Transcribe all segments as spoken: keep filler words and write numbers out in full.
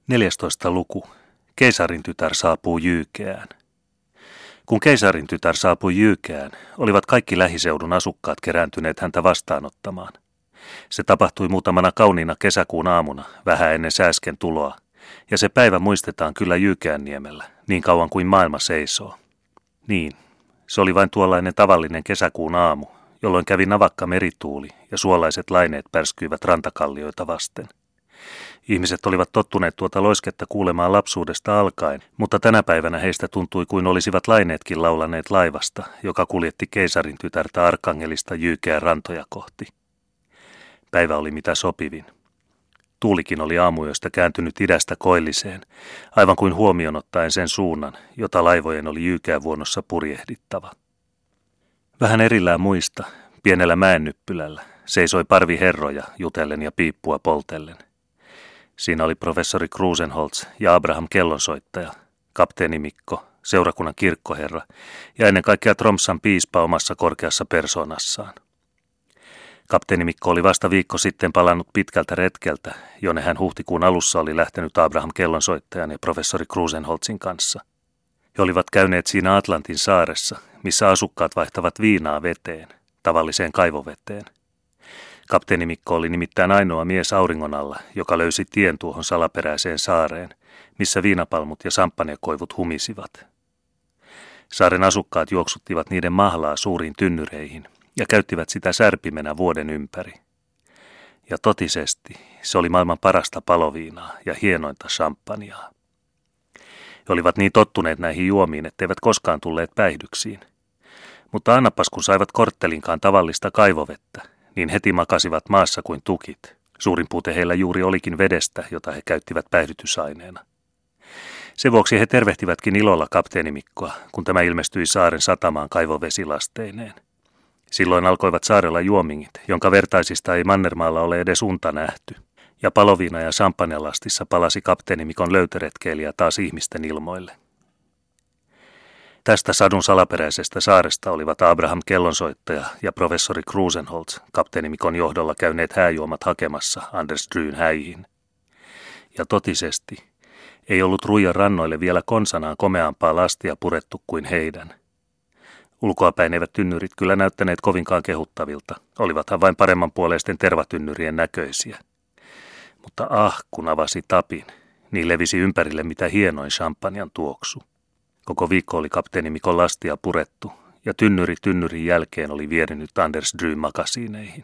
neljästoista luku. Keisarin tytär saapuu Jyykeään. Kun keisarin tytär saapui Jyykeään, olivat kaikki lähiseudun asukkaat kerääntyneet häntä vastaanottamaan. Se tapahtui muutamana kauniina kesäkuun aamuna, vähän ennen sääsken tuloa, ja se päivä muistetaan kyllä Jyykeänniemellä, niin kauan kuin maailma seisoo. Niin, se oli vain tuollainen tavallinen kesäkuun aamu, jolloin kävi navakka merituuli ja suolaiset laineet pärskyivät rantakallioita vasten. Ihmiset olivat tottuneet tuota loisketta kuulemaan lapsuudesta alkaen, mutta tänä päivänä heistä tuntui kuin olisivat laineetkin laulaneet laivasta, joka kuljetti keisarin tytärtä Arkangelista Jyykeän rantoja kohti. Päivä oli mitä sopivin. Tuulikin oli aamuyöstä kääntynyt idästä koilliseen, aivan kuin huomioon ottaen sen suunnan, jota laivojen oli Jyykeän vuonossa purjehdittava. Vähän erillään muista, pienellä mäennyppylällä, seisoi parvi herroja jutellen ja piippua poltellen. Siinä oli professori Krusenholz ja Abraham kellonsoittaja, kapteeni Mikko, seurakunnan kirkkoherra ja ennen kaikkea Tromssan piispa omassa korkeassa persoonassaan. Kapteeni Mikko oli vasta viikko sitten palannut pitkältä retkeltä, jonne hän huhtikuun alussa oli lähtenyt Abraham kellonsoittajan ja professori Krusenholzin kanssa. He olivat käyneet siinä Atlantin saaressa, missä asukkaat vaihtavat viinaa veteen, tavalliseen kaivoveteen. Kapteeni Mikko oli nimittäin ainoa mies auringon alla, joka löysi tien tuohon salaperäiseen saareen, missä viinapalmut ja samppanjakoivut humisivat. Saaren asukkaat juoksuttivat niiden mahlaa suuriin tynnyreihin ja käyttivät sitä särpimenä vuoden ympäri. Ja totisesti se oli maailman parasta paloviinaa ja hienointa champagnea. He olivat niin tottuneet näihin juomiin, etteivät koskaan tulleet päihdyksiin. Mutta annapas kun saivat korttelinkaan tavallista kaivovettä, niin heti makasivat maassa kuin tukit. Suurin puute heillä juuri olikin vedestä, jota he käyttivät päihdytysaineena. Sen vuoksi he tervehtivätkin ilolla kapteeni Mikkoa, kun tämä ilmestyi saaren satamaan kaivovesilasteineen. Silloin alkoivat saarella juomingit, jonka vertaisista ei Mannermaalla ole edes unta nähty. Ja paloviina ja champanjalastissa palasi kapteeni Mikon löytöretkeilijä taas ihmisten ilmoille. Tästä sadun salaperäisestä saaresta olivat Abraham kellonsoittaja ja professori Krusenholz kapteeni Mikon johdolla käyneet hääjuomat hakemassa Anders Dryn häihin. Ja totisesti ei ollut Ruijan rannoille vielä konsanaan komeampaa lastia purettu kuin heidän. Ulkoapäin eivät tynnyrit kyllä näyttäneet kovinkaan kehuttavilta, olivathan vain paremmanpuoleisten tervatynnyrien näköisiä. Mutta ah, kun avasi tapin, niin levisi ympärille mitä hienoin champagnen tuoksu. Koko viikko oli kapteeni Mikon lastia purettu, ja tynnyri tynnyrin jälkeen oli vierinyt Anders Dryn makasiineihin.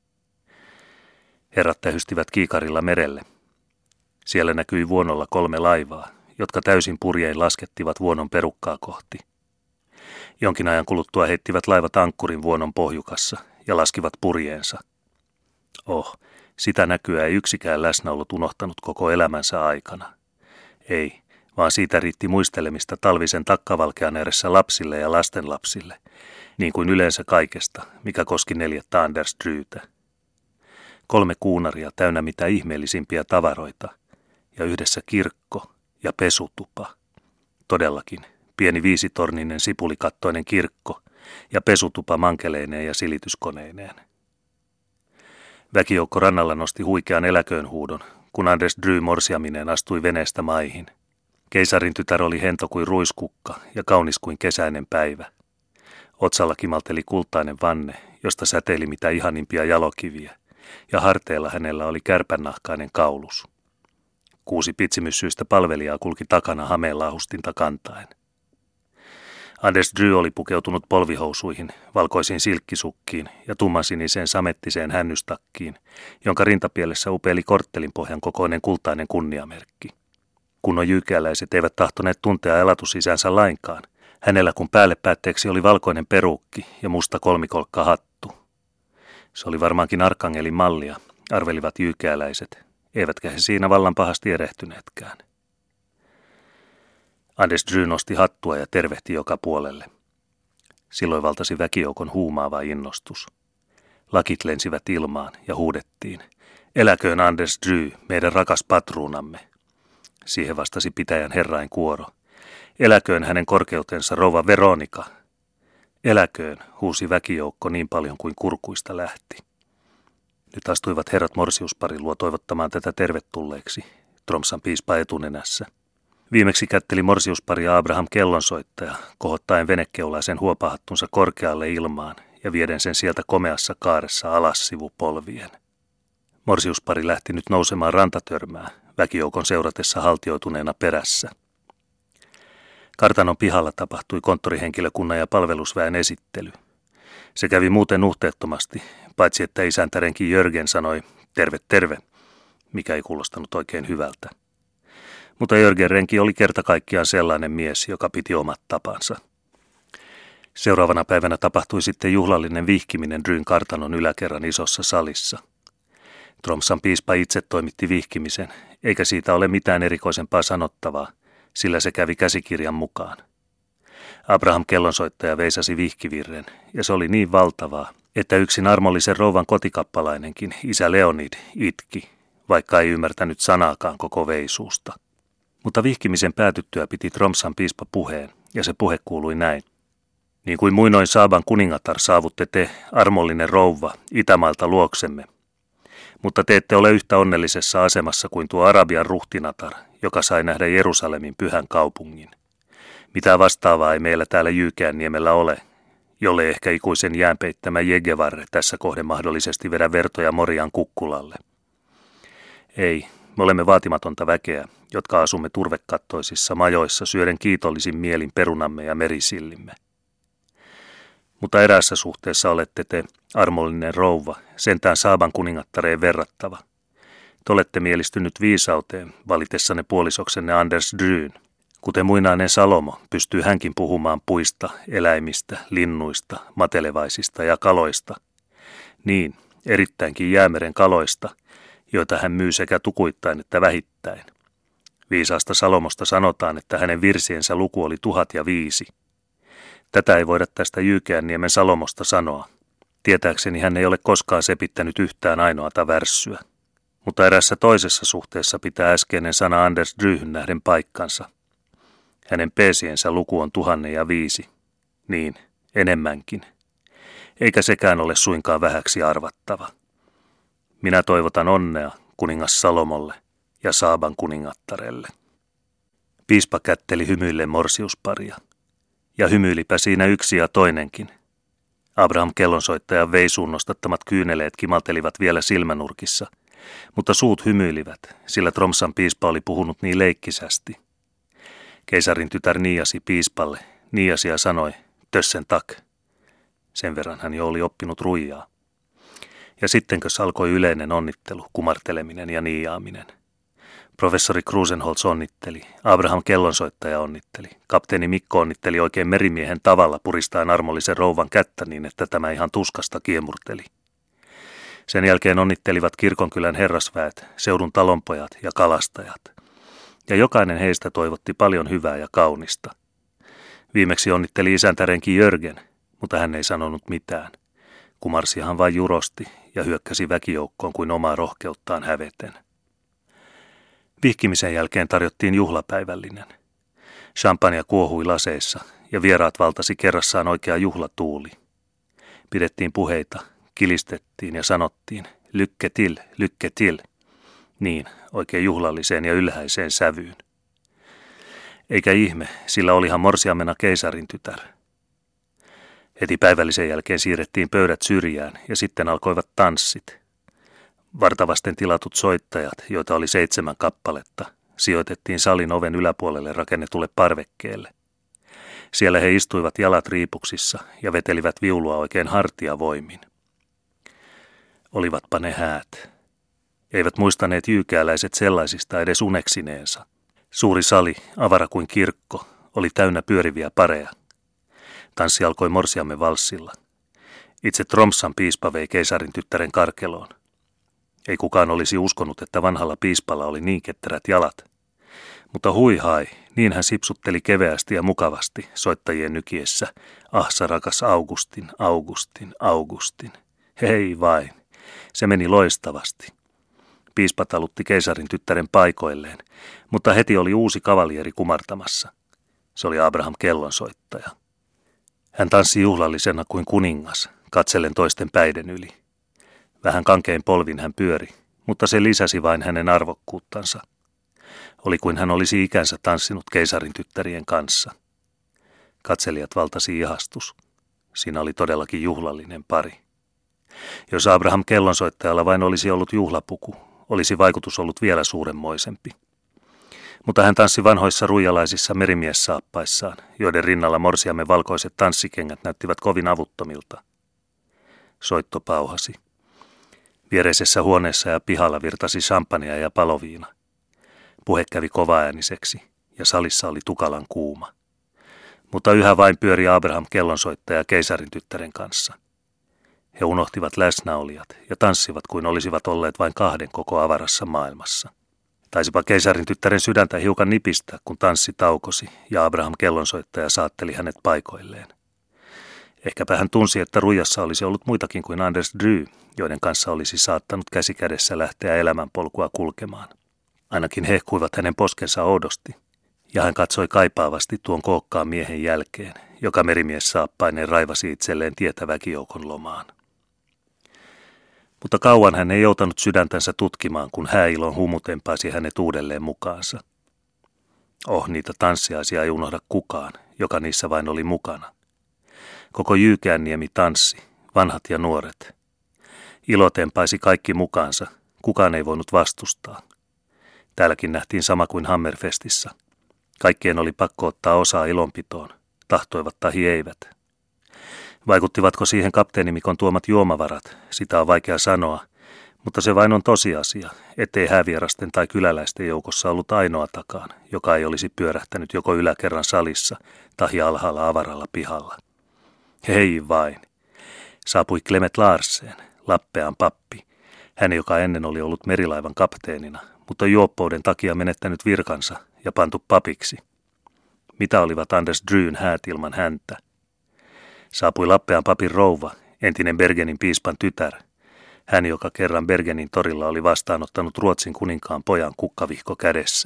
Herrat tähystivät kiikarilla merelle. Siellä näkyi vuonolla kolme laivaa, jotka täysin purjein laskettivat vuonon perukkaa kohti. Jonkin ajan kuluttua heittivät laivat ankkurin vuonon pohjukassa ja laskivat purjeensa. Oh, sitä näkyä ei yksikään läsnä ollut unohtanut koko elämänsä aikana. Ei, vaan siitä riitti muistelemista talvisen takkavalkean ääressä lapsille ja lastenlapsille, niin kuin yleensä kaikesta, mikä koski neljättä Anders Drytä. Kolme kuunaria täynnä mitä ihmeellisimpiä tavaroita, ja yhdessä kirkko ja pesutupa. Todellakin, pieni viisitorninen sipulikattoinen kirkko ja pesutupa mankeleineen ja silityskoneineen. Väkijoukko rannalla nosti huikean eläköön huudon, kun Anders Dry morsiamineen astui veneestä maihin. Keisarin tytär oli hento kuin ruiskukka ja kaunis kuin kesäinen päivä. Otsalla kimalteli kultainen vanne, josta säteili mitä ihanimpia jalokiviä, ja harteella hänellä oli kärpännahkainen kaulus. Kuusi pitsimyssyistä palvelijaa kulki takana hameenlaahustinta kantaen. Anders Dry oli pukeutunut polvihousuihin, valkoisiin silkkisukkiin ja tummansiniseen samettiseen hännystakkiin, jonka rintapielessä upeili korttelin pohjan kokoinen kultainen kunniamerkki. Kunnon jyykeäläiset eivät tahtoneet tuntea elatusisänsä lainkaan, hänellä kun päälle päätteeksi oli valkoinen peruukki ja musta kolmikolkkahattu. Se oli varmaankin Arkangelin mallia, arvelivat jyykeäläiset, eivätkä he siinä vallan pahasti erehtyneetkään. Anders Dry nosti hattua ja tervehti joka puolelle. Silloin valtasi väkijoukon huumaava innostus. Lakit lensivät ilmaan ja huudettiin, eläköön Anders Dry, meidän rakas patruunamme. Siihen vastasi pitäjän herrain kuoro. Eläköön hänen korkeutensa rouva Veronika. Eläköön, huusi väkijoukko niin paljon kuin kurkuista lähti. Nyt astuivat herrat morsiusparin luo toivottamaan tätä tervetulleeksi, Tromsan piispa etunenässä. Viimeksi kätteli morsiusparia Abraham kellonsoittaja, kohottaen venekeulaisen huopahattunsa korkealle ilmaan ja vieden sen sieltä komeassa kaaressa alas sivupolvien. Morsiuspari lähti nyt nousemaan rantatörmää, väkijoukon seuratessa haltioituneena perässä. Kartanon pihalla tapahtui konttorihenkilökunnan ja palvelusväen esittely. Se kävi muuten nuhteettomasti, paitsi että isäntärenki Jörgen sanoi terve terve, mikä ei kuulostanut oikein hyvältä. Mutta Jörgen renki oli kerta kaikkiaan sellainen mies, joka piti omat tapansa. Seuraavana päivänä tapahtui sitten juhlallinen vihkiminen Ryn kartanon yläkerran isossa salissa. Tromsan piispa itse toimitti vihkimisen, eikä siitä ole mitään erikoisempaa sanottavaa, sillä se kävi käsikirjan mukaan. Abraham kellonsoittaja veisasi vihkivirren, ja se oli niin valtavaa, että yksin armollisen rouvan kotikappalainenkin, isä Leonid, itki, vaikka ei ymmärtänyt sanaakaan koko veisuusta. Mutta vihkimisen päätyttyä piti Tromsan piispa puheen, ja se puhe kuului näin. Niin kuin muinoin Saaban kuningatar saavutte te, armollinen rouva, Itämaalta luoksemme. Mutta te ette ole yhtä onnellisessa asemassa kuin tuo Arabian ruhtinatar, joka sai nähdä Jerusalemin pyhän kaupungin. Mitä vastaavaa ei meillä täällä Jyykäänniemellä ole, jolle ehkä ikuisen jään peittämä Jegevarre tässä kohden mahdollisesti vedä vertoja Morian kukkulalle. Ei, me olemme vaatimatonta väkeä, jotka asumme turvekattoisissa majoissa syöden kiitollisin mielin perunamme ja merisillimme. Mutta eräässä suhteessa olette te, armollinen rouva, sentään Saaban kuningattareen verrattava. Te olette mielistynyt viisauteen, valitessanne puolisoksenne Anders Dryn. Kuten muinainen Salomo, pystyy hänkin puhumaan puista, eläimistä, linnuista, matelevaisista ja kaloista. Niin, erittäinkin jäämeren kaloista, joita hän myy sekä tukuittain että vähittäin. Viisaasta Salomosta sanotaan, että hänen virsiensä luku oli tuhat ja viisi. Tätä ei voida tästä Jyykäänniemen Salomosta sanoa. Tietääkseni hän ei ole koskaan sepittänyt yhtään ainoata värssyä. Mutta erässä toisessa suhteessa pitää äskeinen sana Anders Dryhyn nähden paikkansa. Hänen peesiensä luku on tuhannen ja viisi. Niin, enemmänkin. Eikä sekään ole suinkaan vähäksi arvattava. Minä toivotan onnea kuningas Salomolle ja Saaban kuningattarelle. Piispa kätteli hymyillen morsiusparia. Ja hymyilipä siinä yksi ja toinenkin. Abraham kellonsoittajan veisuun nostattamat kyyneleet kimaltelivat vielä silmänurkissa, mutta suut hymyilivät, sillä Tromsan piispa oli puhunut niin leikkisästi. Keisarin tytär niiasi piispalle, niiasi ja sanoi, tössen tak. Sen verran hän jo oli oppinut ruijaa. Ja sittenkös alkoi yleinen onnittelu, kumarteleminen ja niiaaminen. Professori Krusenholz onnitteli, Abraham kellonsoittaja onnitteli, kapteeni Mikko onnitteli oikein merimiehen tavalla puristaen armollisen rouvan kättä niin, että tämä ihan tuskasta kiemurteli. Sen jälkeen onnittelivat kirkonkylän herrasväet, seudun talonpojat ja kalastajat. Ja jokainen heistä toivotti paljon hyvää ja kaunista. Viimeksi onnitteli isäntärenki Jörgen, mutta hän ei sanonut mitään. Kumarsihan vain jurosti ja hyökkäsi väkijoukkoon kuin omaa rohkeuttaan häveten. Vihkimisen jälkeen tarjottiin juhlapäivällinen. Champagne kuohui laseissa ja vieraat valtasi kerrassaan oikea juhlatuuli. Pidettiin puheita, kilistettiin ja sanottiin lykke til, lykke til. Niin, oikein juhlalliseen ja ylhäiseen sävyyn. Eikä ihme, sillä olihan morsiamena keisarin tytär. Heti päivällisen jälkeen siirrettiin pöydät syrjään ja sitten alkoivat tanssit. Vartavasten tilatut soittajat, joita oli seitsemän kappaletta, sijoitettiin salin oven yläpuolelle rakennetulle parvekkeelle. Siellä he istuivat jalat riipuksissa ja vetelivät viulua oikein hartiavoimin. Olivatpa ne häät. Eivät muistaneet jyykääläiset sellaisista edes uneksineensa. Suuri sali, avara kuin kirkko, oli täynnä pyöriviä pareja. Tanssi alkoi morsiamme valssilla. Itse Tromsan piispa vei keisarin tyttären karkeloon. Ei kukaan olisi uskonut, että vanhalla piispalla oli niin ketterät jalat. Mutta hui hai, niin hän sipsutteli keveästi ja mukavasti soittajien nykiessä. Ahsa rakas Augustin, Augustin, Augustin. Hei vain, se meni loistavasti. Piispa talutti keisarin tyttären paikoilleen, mutta heti oli uusi kavalieri kumartamassa. Se oli Abraham kellonsoittaja. Hän tanssi juhlallisena kuin kuningas, katsellen toisten päiden yli. Vähän kankein polvin hän pyöri, mutta se lisäsi vain hänen arvokkuuttansa. Oli kuin hän olisi ikänsä tanssinut keisarin tyttärien kanssa. Katselijat valtasi ihastus. Siinä oli todellakin juhlallinen pari. Jos Abraham kellonsoittajalla vain olisi ollut juhlapuku, olisi vaikutus ollut vielä suuremmoisempi. Mutta hän tanssi vanhoissa ruijalaisissa merimiessaappaissaan, joiden rinnalla morsiamme valkoiset tanssikengät näyttivät kovin avuttomilta. Soitto pauhasi. Viereisessä huoneessa ja pihalla virtasi champagnea ja paloviina. Puhe kävi kovaääniseksi ja salissa oli tukalan kuuma. Mutta yhä vain pyöri Abraham kellonsoittaja keisarin tyttären kanssa. He unohtivat läsnäolijat ja tanssivat kuin olisivat olleet vain kahden koko avarassa maailmassa. Taisipa keisarin tyttären sydäntä hiukan nipistää, kun tanssi taukosi ja Abraham kellonsoittaja saatteli hänet paikoilleen. Ehkäpä hän tunsi, että ruijassa olisi ollut muitakin kuin Anders Drew, joiden kanssa olisi saattanut käsi kädessä lähteä elämänpolkua kulkemaan. Ainakin hehkuivat hänen poskensa oudosti, ja hän katsoi kaipaavasti tuon kookkaan miehen jälkeen, joka merimiessaappainen raivasi itselleen tietä väkijoukon lomaan. Mutta kauan hän ei joutanut sydäntänsä tutkimaan, kun hääilon humu tempaisi hänet uudelleen mukaansa. Oh, niitä tanssiaisia ei unohda kukaan, joka niissä vain oli mukana. Koko Jyykäänniemi tanssi, vanhat ja nuoret. Ilo tempaisi kaikki mukaansa, kukaan ei voinut vastustaa. Täälläkin nähtiin sama kuin Hammerfestissä. Kaikkien oli pakko ottaa osaa ilonpitoon, tahtoivat tahi eivät. Vaikuttivatko siihen kapteeni Mikon tuomat juomavarat, sitä on vaikea sanoa, mutta se vain on tosiasia, ettei häävierasten tai kyläläisten joukossa ollut ainoatakaan, joka ei olisi pyörähtänyt joko yläkerran salissa tahi alhaalla avaralla pihalla. Hei vain! Saapui Clement Larsen, Lappeaan pappi, hän joka ennen oli ollut merilaivan kapteenina, mutta juoppouden takia menettänyt virkansa ja pantu papiksi. Mitä olivat Anders Drewn häät ilman häntä? Saapui Lappeaan papin rouva, entinen Bergenin piispan tytär, hän joka kerran Bergenin torilla oli vastaanottanut Ruotsin kuninkaan pojan kukkavihko kädessä.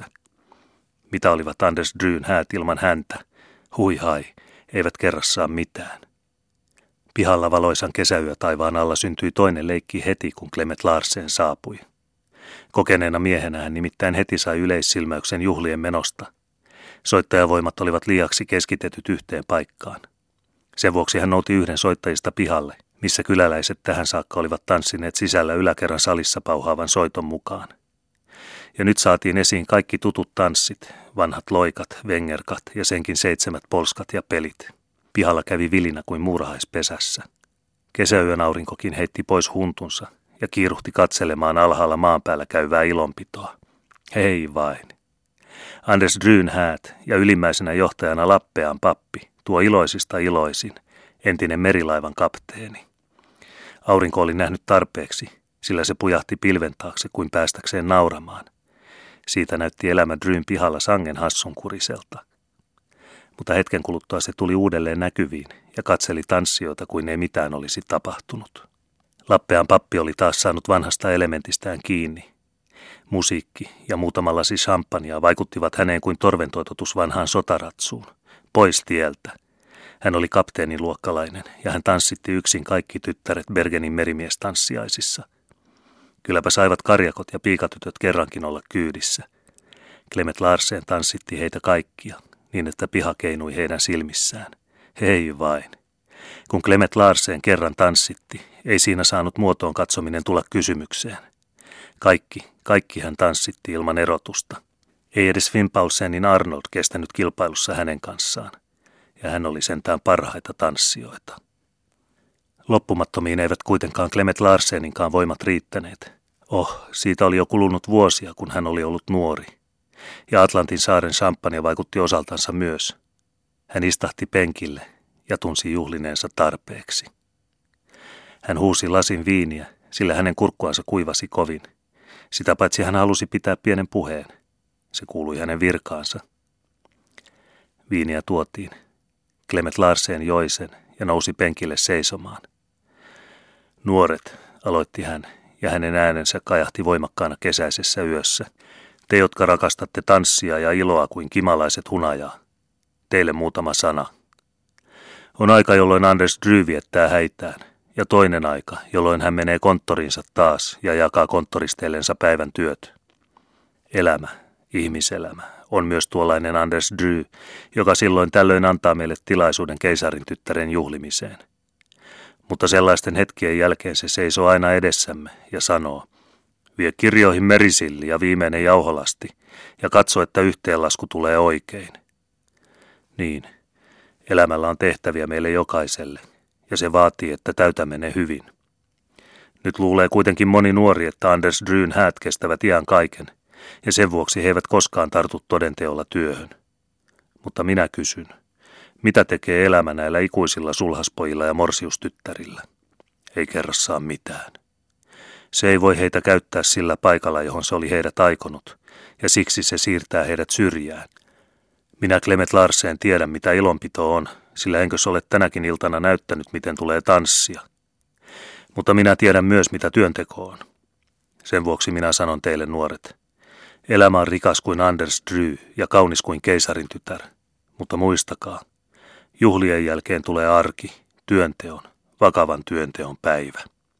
Mitä olivat Anders Drewn häät ilman häntä? Hui hai, eivät kerrassaan mitään. Pihalla valoisan kesäyö taivaan alla syntyi toinen leikki heti, kun Clement Larsen saapui. Kokeneena miehenä hän nimittäin heti sai yleissilmäyksen juhlien menosta. Soittajavoimat olivat liiaksi keskitetyt yhteen paikkaan. Sen vuoksi hän nouti yhden soittajista pihalle, missä kyläläiset tähän saakka olivat tanssineet sisällä yläkerran salissa pauhaavan soiton mukaan. Ja nyt saatiin esiin kaikki tutut tanssit, vanhat loikat, vengerkat ja senkin seitsemät polskat ja pelit. Pihalla kävi vilinä kuin muurahaispesässä. Kesäyön aurinkokin heitti pois huntunsa ja kiiruhti katselemaan alhaalla maan päällä käyvää ilonpitoa. Hei vain! Anders Drewn häät ja ylimmäisenä johtajana Lappeaan pappi, tuo iloisista iloisin, entinen merilaivan kapteeni. Aurinko oli nähnyt tarpeeksi, sillä se pujahti pilven taakse kuin päästäkseen nauramaan. Siitä näytti elämä Drewn pihalla sangen hassunkuriselta. Mutta hetken kuluttua se tuli uudelleen näkyviin ja katseli tanssijoita kuin ei mitään olisi tapahtunut. Lappeaan pappi oli taas saanut vanhasta elementistään kiinni. Musiikki ja muutama lasi champagnea vaikuttivat häneen kuin torventoitotus vanhaan sotaratsuun. Pois tieltä. Hän oli kapteenin luokkalainen ja hän tanssitti yksin kaikki tyttäret Bergenin merimiestanssiaisissa. Kylläpä saivat karjakot ja piikatytöt kerrankin olla kyydissä. Clement Larsen tanssitti heitä kaikkia, niin että piha keinui heidän silmissään. Hei vain. Kun Clement Larsen kerran tanssitti, ei siinä saanut muotoon katsominen tulla kysymykseen. Kaikki, kaikki hän tanssitti ilman erotusta. Ei edes Finn Paulsenin Arnold kestänyt kilpailussa hänen kanssaan, ja hän oli sentään parhaita tanssijoita. Loppumattomiin eivät kuitenkaan Clement Larseninkaan voimat riittäneet. Oh, siitä oli jo kulunut vuosia, kun hän oli ollut nuori. Ja Atlantin saaren champagne vaikutti osaltansa myös. Hän istahti penkille ja tunsi juhlineensa tarpeeksi. Hän huusi lasin viiniä, sillä hänen kurkkuansa kuivasi kovin. Sitä paitsi hän halusi pitää pienen puheen. Se kuului hänen virkaansa. Viiniä tuotiin. Clement Larsen joi sen ja nousi penkille seisomaan. Nuoret, aloitti hän, ja hänen äänensä kajahti voimakkaana kesäisessä yössä. Te, jotka rakastatte tanssia ja iloa kuin kimalaiset hunajaa. Teille muutama sana. On aika, jolloin Anders Drew viettää häitään, ja toinen aika, jolloin hän menee konttoriinsa taas ja jakaa konttoristellensa päivän työt. Elämä, ihmiselämä, on myös tuollainen Anders Drew, joka silloin tällöin antaa meille tilaisuuden keisarin tyttären juhlimiseen. Mutta sellaisten hetkien jälkeen se seisoo aina edessämme ja sanoo, vie kirjoihin merisilli ja viimeinen jauholasti, ja katso, että yhteenlasku tulee oikein. Niin, elämällä on tehtäviä meille jokaiselle, ja se vaatii, että täytämme ne hyvin. Nyt luulee kuitenkin moni nuori, että Anders Drewn häät kestävät iän kaiken, ja sen vuoksi he eivät koskaan tartu todenteolla työhön. Mutta minä kysyn, mitä tekee elämä näillä ikuisilla sulhaspojilla ja morsiustyttärillä? Ei kerro saa mitään. Se ei voi heitä käyttää sillä paikalla, johon se oli heidät aikonut, ja siksi se siirtää heidät syrjään. Minä Clement Larsen tiedän, mitä ilonpito on, sillä enkö se ole tänäkin iltana näyttänyt, miten tulee tanssia. Mutta minä tiedän myös, mitä työnteko on. Sen vuoksi minä sanon teille nuoret. Elämä on rikas kuin Anders Drew ja kaunis kuin keisarin tytär. Mutta muistakaa, juhlien jälkeen tulee arki, työnteon, vakavan työnteon päivä.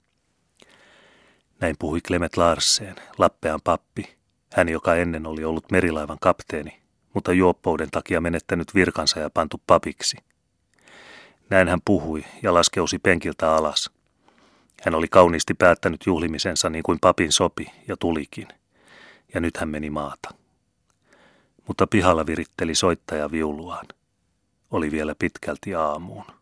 Näin puhui Clement Larsen, Lappean pappi, hän joka ennen oli ollut merilaivan kapteeni, mutta juoppouden takia menettänyt virkansa ja pantu papiksi. Näin hän puhui ja laskeusi penkiltä alas. Hän oli kauniisti päättänyt juhlimisensa niin kuin papin sopi ja tulikin, ja nyt hän meni maata. Mutta pihalla viritteli soittaja viuluaan. Oli vielä pitkälti aamuun.